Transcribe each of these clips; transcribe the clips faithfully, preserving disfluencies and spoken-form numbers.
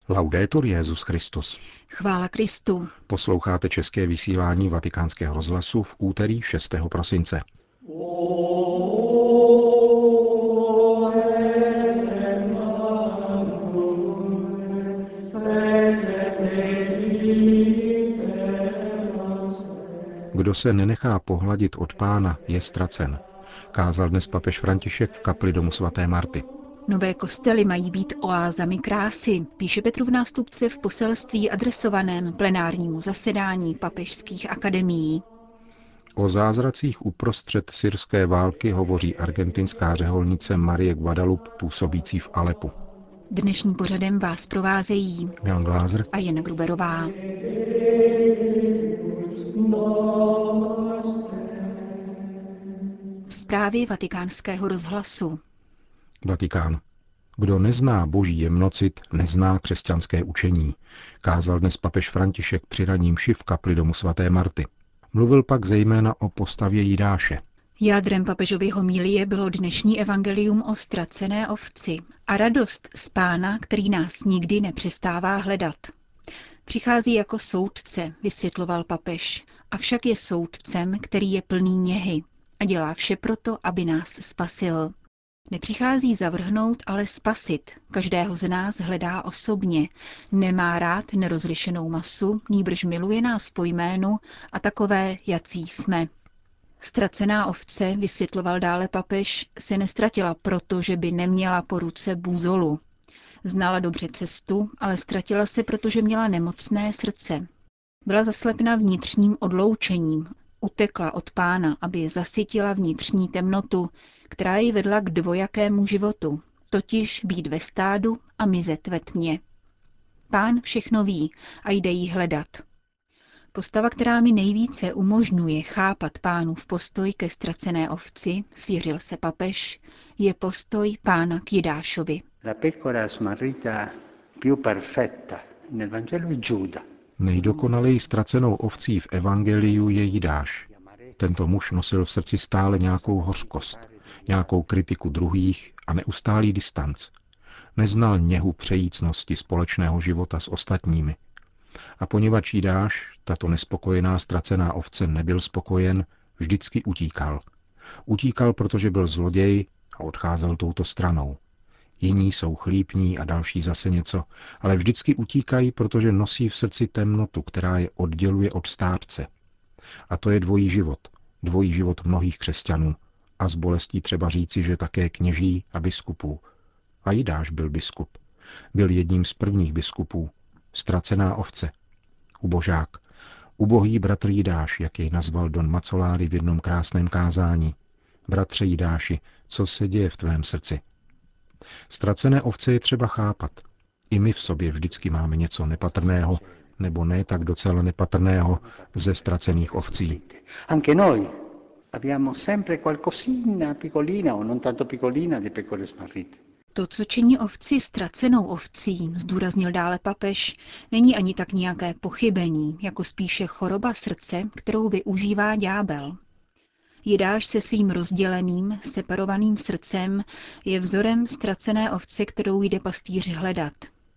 Laudetur Jesus Christus. Chvála Kristu. Posloucháte české vysílání Vatikánského rozhlasu v úterý šestého prosince. Kdo se nenechá pohladit od Pána, je ztracen, kázal dnes papež František v kapli domu svaté Marty. Nové kostely mají být oázami krásy, píše Petrův nástupce v poselství adresovaném plenárnímu zasedání papežských akademií. O zázracích uprostřed syrské války hovoří argentinská řeholnice Marie Guadalupe působící v Alepu. Dnešním pořadem vás provázejí Milan Glázer a Jana Gruberová. Zprávy Vatikánského rozhlasu. Vatikán. Kdo nezná boží jemnocit, nezná křesťanské učení, kázal dnes papež František při raní mši v kapli domu svaté Marty. Mluvil pak zejména o postavě Jidáše. Jádrem papežovy homilie bylo dnešní evangelium o ztracené ovci a radost z Pána, který nás nikdy nepřestává hledat. Přichází jako soudce, vysvětloval papež, avšak je soudcem, který je plný něhy a dělá vše proto, aby nás spasil. Nepřichází zavrhnout, ale spasit. Každého z nás hledá osobně. Nemá rád nerozlišenou masu, nýbrž miluje nás po jménu a takové, jací jsme. Ztracená ovce, vysvětloval dále papež, se nestratila proto, že by neměla po ruce buzolu. Znala dobře cestu, ale ztratila se, protože měla nemocné srdce. Byla zaslepna vnitřním odloučením. Utekla od Pána, aby zasytila vnitřní temnotu, která ji vedla k dvojakému životu, totiž být ve stádu a mizet ve tmě. Pán všechno ví a jde jí hledat. Postava, která mi nejvíce umožňuje chápat Pánův postoj ke ztracené ovci, svěřil se papež, je postoj Pána k Jidášovi. La pecora smarrita più perfetta nel Vangelo è Giuda. Nejdokonaleji ztracenou ovcí v evangeliu je Jidáš. Tento muž nosil v srdci stále nějakou hořkost, nějakou kritiku druhých a neustálý distanc. Neznal něhu přejícnosti společného života s ostatními. A poněvadž Jidáš, tato nespokojená ztracená ovce, nebyl spokojen, vždycky utíkal. Utíkal, protože byl zloděj a odcházel touto stranou. Jiní jsou chlípní a další zase něco, ale vždycky utíkají, protože nosí v srdci temnotu, která je odděluje od stárce. A to je dvojí život, dvojí život mnohých křesťanů. A s bolestí třeba říci, že také kněží a biskupů. A Jidáš byl biskup. Byl jedním z prvních biskupů. Ztracená ovce. Ubožák. Ubohý bratr Jidáš, jak jej nazval Don Mazzolari v jednom krásném kázání. Bratře Jidáši, co se děje v tvém srdci? Ztracené ovce je třeba chápat. I my v sobě vždycky máme něco nepatrného, nebo ne tak docela nepatrného ze ztracených ovcí. Anche noi abbiamo sempre qualcosina piccolina o non tanto piccolina di pecore smarrite. To, co činí ovci ztracenou ovcí, zdůraznil dále papež, není ani tak nějaké pochybení, jako spíše choroba srdce, kterou využívá ďábel. Jidáš se svým rozděleným, separovaným srdcem je vzorem ztracené ovce, kterou jde pastýř hledat.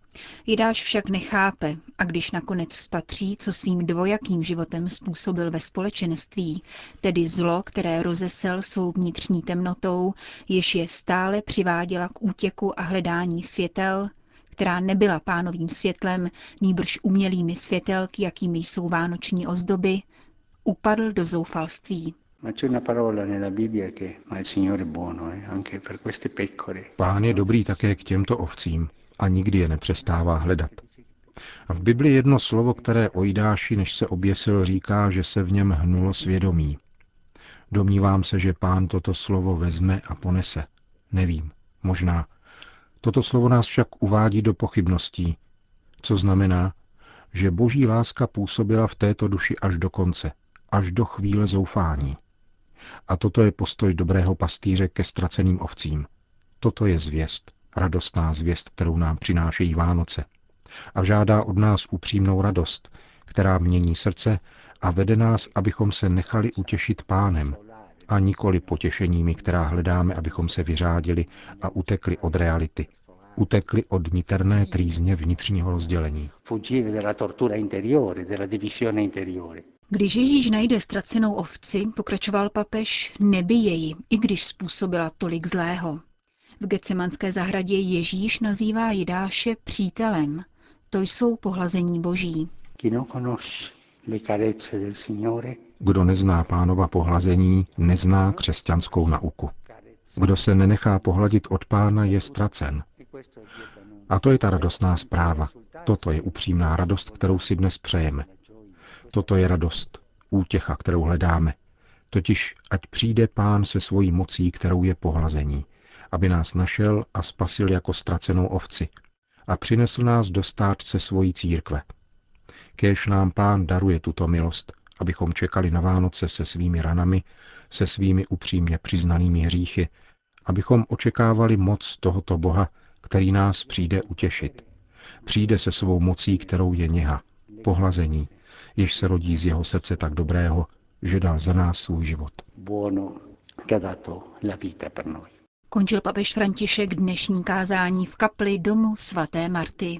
Jidáš však nechápe a když nakonec spatří, co svým dvojakým životem způsobil ve společenství, tedy zlo, které rozesel svou vnitřní temnotou, jež je stále přiváděla k útěku a hledání světel, která nebyla Pánovým světlem, nýbrž umělými světelky, jakými jsou vánoční ozdoby, upadl do zoufalství. Pán je dobrý také k těmto ovcím a nikdy je nepřestává hledat. A v Bibli jedno slovo, které o Jidáši, než se oběsil, říká, že se v něm hnulo svědomí. Domnívám se, že Pán toto slovo vezme a ponese. Nevím, možná. Toto slovo nás však uvádí do pochybností, co znamená, že boží láska působila v této duši až do konce, až do chvíle zoufání. A toto je postoj dobrého pastýře ke ztraceným ovcím. Toto je zvěst, radostná zvěst, kterou nám přinášejí Vánoce. A žádá od nás upřímnou radost, která mění srdce a vede nás, abychom se nechali utěšit Pánem a nikoli potěšeními, která hledáme, abychom se vyřádili a utekli od reality. Utekli od niterné trýzně vnitřního rozdělení. Když Ježíš najde ztracenou ovci, pokračoval papež, nebije ji, i když způsobila tolik zlého. V Getsemanské zahradě Ježíš nazývá Jidáše přítelem. To jsou pohlazení boží. Kdo nezná Pánova pohlazení, nezná křesťanskou nauku. Kdo se nenechá pohladit od Pána, je ztracen. A to je ta radostná zpráva. Toto je upřímná radost, kterou si dnes přejeme. Toto je radost, útěcha, kterou hledáme. Totiž ať přijde Pán se svojí mocí, kterou je pohlazení, aby nás našel a spasil jako ztracenou ovci a přinesl nás do státce svojí církve. Kéž nám Pán daruje tuto milost, abychom čekali na Vánoce se svými ranami, se svými upřímně přiznanými hříchy, abychom očekávali moc tohoto Boha, který nás přijde utěšit. Přijde se svou mocí, kterou je něha, pohlazení, jež se rodí z jeho srdce tak dobrého, že dal za nás svůj život. Končil papež František dnešní kázání v kapli domu svaté Marty.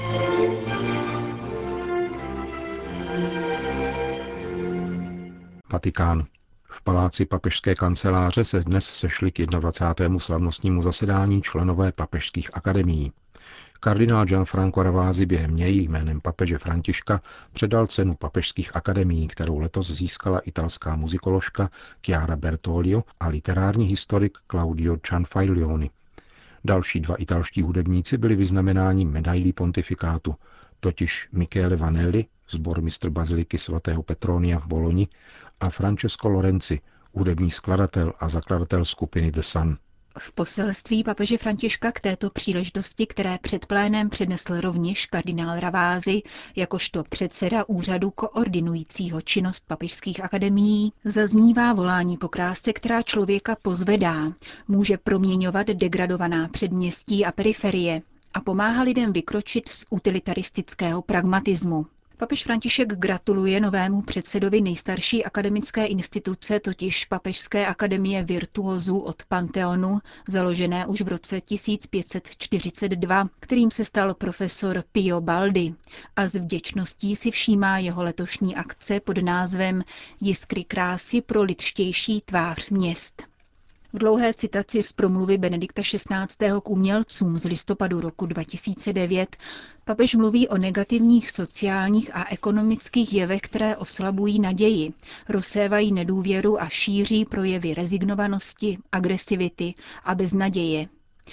Vatikán. V paláci papežské kanceláře se dnes sešli k dvacátému prvnímu slavnostnímu zasedání členové papežských akademií. Kardinál Gianfranco Ravasi během něj jménem papeže Františka předal cenu papežských akademií, kterou letos získala italská muzikoložka Chiara Bertoglio a literární historik Claudio Cianfaglioni. Další dva italští hudebníci byli vyznamenáni medailí pontifikátu, totiž Michele Vanelli, sbormistr baziliky svatého Petronia v Boloni, a Francesco Lorenzi, hudební skladatel a zakladatel skupiny The Sun. V poselství papeže Františka k této příležitosti, které před plénem přednesl rovněž kardinál Ravasi, jakožto předseda úřadu koordinujícího činnost papežských akademií, zaznívá volání po kráse, která člověka pozvedá, může proměňovat degradovaná předměstí a periferie a pomáhá lidem vykročit z utilitaristického pragmatismu. Papež František gratuluje novému předsedovi nejstarší akademické instituce, totiž Papežské akademie virtuózů od Pantheonu, založené už v roce tisíc pět set čtyřicet dva, kterým se stal profesor Pio Baldi, a s vděčností si všímá jeho letošní akce pod názvem Jiskry krásy pro lidštější tvář měst. V dlouhé citaci z promluvy Benedikta šestnáctého k umělcům z listopadu roku dva tisíce devět papež mluví o negativních sociálních a ekonomických jevech, které oslabují naději, rozsévají nedůvěru a šíří projevy rezignovanosti, agresivity a beznaděje.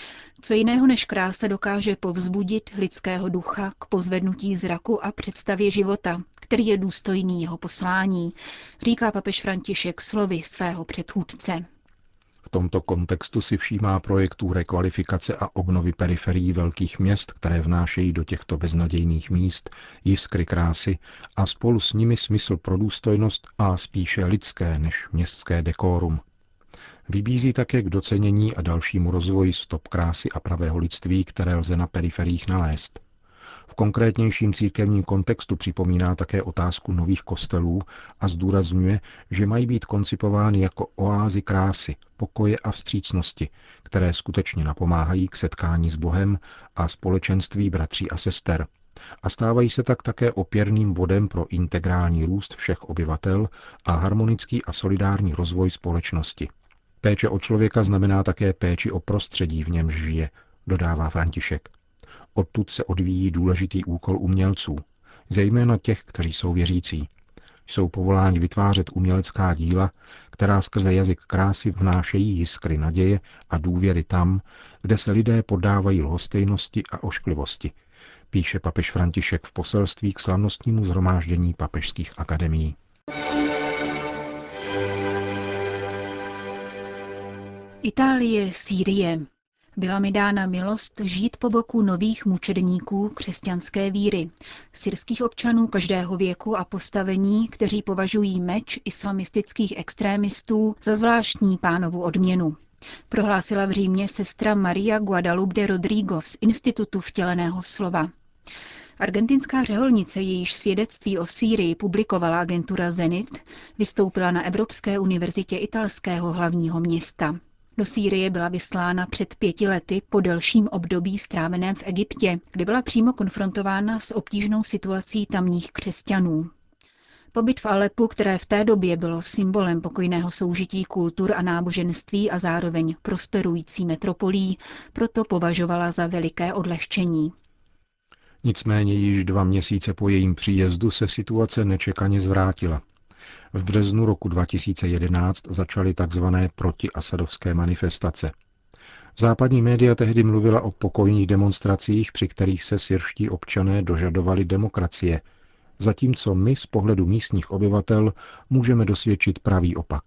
Co jiného než krása dokáže povzbudit lidského ducha k pozvednutí zraku a představě života, který je důstojný jeho poslání, říká papež František slovy svého předchůdce. V tomto kontextu si všímá projektů rekvalifikace a obnovy periferií velkých měst, které vnášejí do těchto beznadějných míst jiskry krásy a spolu s nimi smysl pro důstojnost a spíše lidské než městské dekórum. Vybízí také k docenění a dalšímu rozvoji stop krásy a pravého lidství, které lze na periferiích nalézt. V konkrétnějším církevním kontextu připomíná také otázku nových kostelů a zdůrazňuje, že mají být koncipovány jako oázy krásy, pokoje a vstřícnosti, které skutečně napomáhají k setkání s Bohem a společenství bratří a sester. A stávají se tak také opěrným bodem pro integrální růst všech obyvatel a harmonický a solidární rozvoj společnosti. Péče o člověka znamená také péči o prostředí, v němž žije, dodává František. Odtud se odvíjí důležitý úkol umělců, zejména těch, kteří jsou věřící. Jsou povoláni vytvářet umělecká díla, která skrze jazyk krásy vnášejí jiskry naděje a důvěry tam, kde se lidé poddávají lhostejnosti a ošklivosti, píše papež František v poselství k slavnostnímu shromáždění papežských akademií. Itálie, Sýrie. Byla mi dána milost žít po boku nových mučedníků křesťanské víry, syrských občanů každého věku a postavení, kteří považují meč islamistických extrémistů za zvláštní Pánovu odměnu. Prohlásila v Římě sestra Maria Guadalupe de Rodrigo z Institutu vtěleného slova. Argentinská řeholnice, jejíž svědectví o Sýrii publikovala agentura Zenit, vystoupila na Evropské univerzitě italského hlavního města. Do Sýrie byla vyslána před pěti lety po delším období stráveném v Egyptě, kde byla přímo konfrontována s obtížnou situací tamních křesťanů. Pobyt v Alepu, které v té době bylo symbolem pokojného soužití kultur a náboženství a zároveň prosperující metropolí, proto považovala za veliké odlehčení. Nicméně již dva měsíce po jejím příjezdu se situace nečekaně zvrátila. V březnu roku dva tisíce jedenáct začaly tzv. Protiasadovské manifestace. Západní média tehdy mluvila o pokojných demonstracích, při kterých se syrští občané dožadovali demokracie, zatímco my z pohledu místních obyvatel můžeme dosvědčit pravý opak.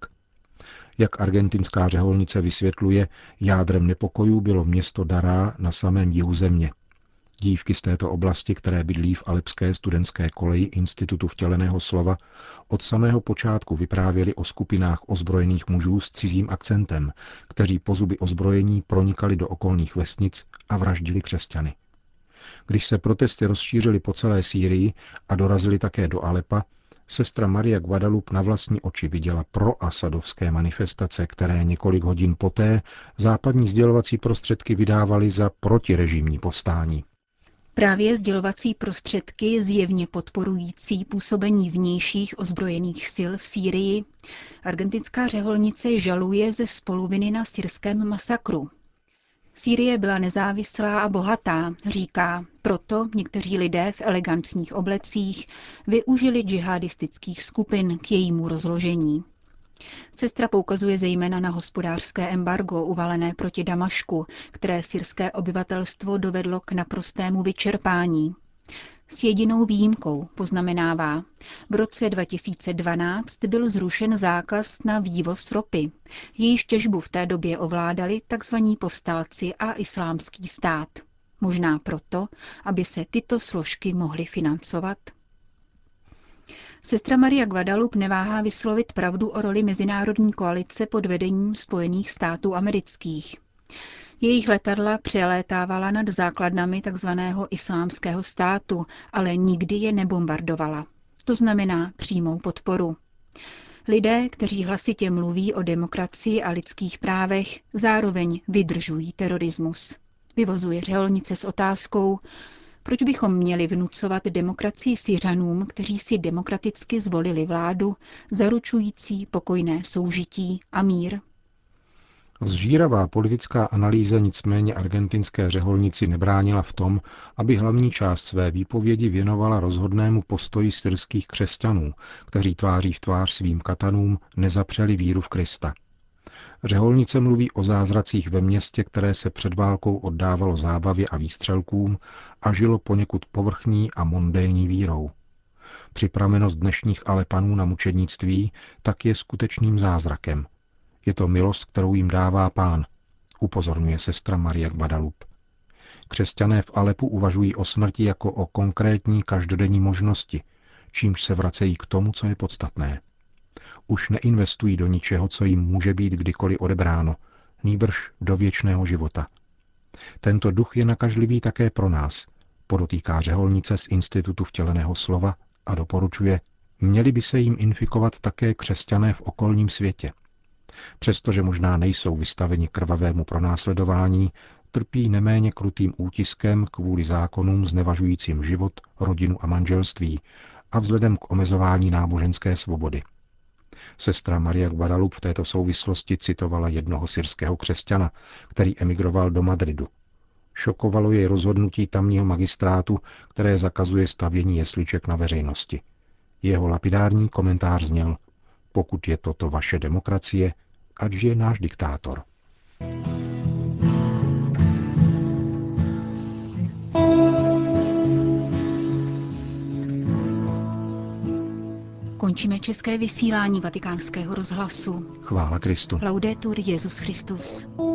Jak argentinská řeholnice vysvětluje, jádrem nepokojů bylo město Dará na samém jihu země. Dívky z této oblasti, které bydlí v alepské studentské koleji Institutu vtěleného slova, od samého počátku vyprávěly o skupinách ozbrojených mužů s cizím akcentem, kteří po zuby ozbrojení pronikali do okolních vesnic a vraždili křesťany. Když se protesty rozšířily po celé Sýrii a dorazily také do Alepa, sestra Maria Guadalupe na vlastní oči viděla proasadovské manifestace, které několik hodin poté západní sdělovací prostředky vydávaly za protirežimní povstání. Právě sdělovací prostředky zjevně podporující působení vnějších ozbrojených sil v Sýrii argentinská řeholnice žaluje ze spoluviny na syrském masakru. Sýrie byla nezávislá a bohatá, říká, proto někteří lidé v elegantních oblecích využili džihadistických skupin k jejímu rozložení. Sestra poukazuje zejména na hospodářské embargo uvalené proti Damašku, které syrské obyvatelstvo dovedlo k naprostému vyčerpání. S jedinou výjimkou, poznamenává, v roce dva tisíce dvanáct byl zrušen zákaz na vývoz ropy. Jejíž těžbu v té době ovládali tzv. Povstalci a Islámský stát. Možná proto, aby se tyto složky mohly financovat. Sestra Maria Guadalupe neváhá vyslovit pravdu o roli mezinárodní koalice pod vedením Spojených států amerických. Jejich letadla přelétávala nad základnami tzv. Islámského státu, ale nikdy je nebombardovala. To znamená přímou podporu. Lidé, kteří hlasitě mluví o demokracii a lidských právech, zároveň vydržují terorismus. Vyvozuje řeholnice s otázkou, proč bychom měli vnucovat demokracii Syřanům, kteří si demokraticky zvolili vládu, zaručující pokojné soužití a mír? Zžíravá politická analýza nicméně argentinské řeholnici nebránila v tom, aby hlavní část své výpovědi věnovala rozhodnému postoji syrských křesťanů, kteří tváří v tvář svým katanům nezapřeli víru v Krista. Řeholnice mluví o zázracích ve městě, které se před válkou oddávalo zábavě a výstřelkům a žilo poněkud povrchní a mondénní vírou. Připravenost dnešních Alepanů na mučednictví tak je skutečným zázrakem. Je to milost, kterou jim dává Pán, upozorňuje sestra Maria Guadalupe. Křesťané v Alepu uvažují o smrti jako o konkrétní každodenní možnosti, čímž se vracejí k tomu, co je podstatné. Už neinvestují do ničeho, co jim může být kdykoliv odebráno, nýbrž do věčného života. Tento duch je nakažlivý také pro nás, podotýká řeholnice z Institutu vtěleného slova a doporučuje, měli by se jim infikovat také křesťané v okolním světě. Přestože možná nejsou vystaveni krvavému pronásledování, trpí neméně krutým útiskem kvůli zákonům znevažujícím život, rodinu a manželství a vzhledem k omezování náboženské svobody. Sestra Maria Guadalupe v této souvislosti citovala jednoho syrského křesťana, který emigroval do Madridu. Šokovalo jej rozhodnutí tamního magistrátu, které zakazuje stavění jesliček na veřejnosti. Jeho lapidární komentář zněl: pokud je toto vaše demokracie, ať žije náš diktátor. Končíme české vysílání Vatikánského rozhlasu. Chvála Kristu. Laudetur Jesus Christus.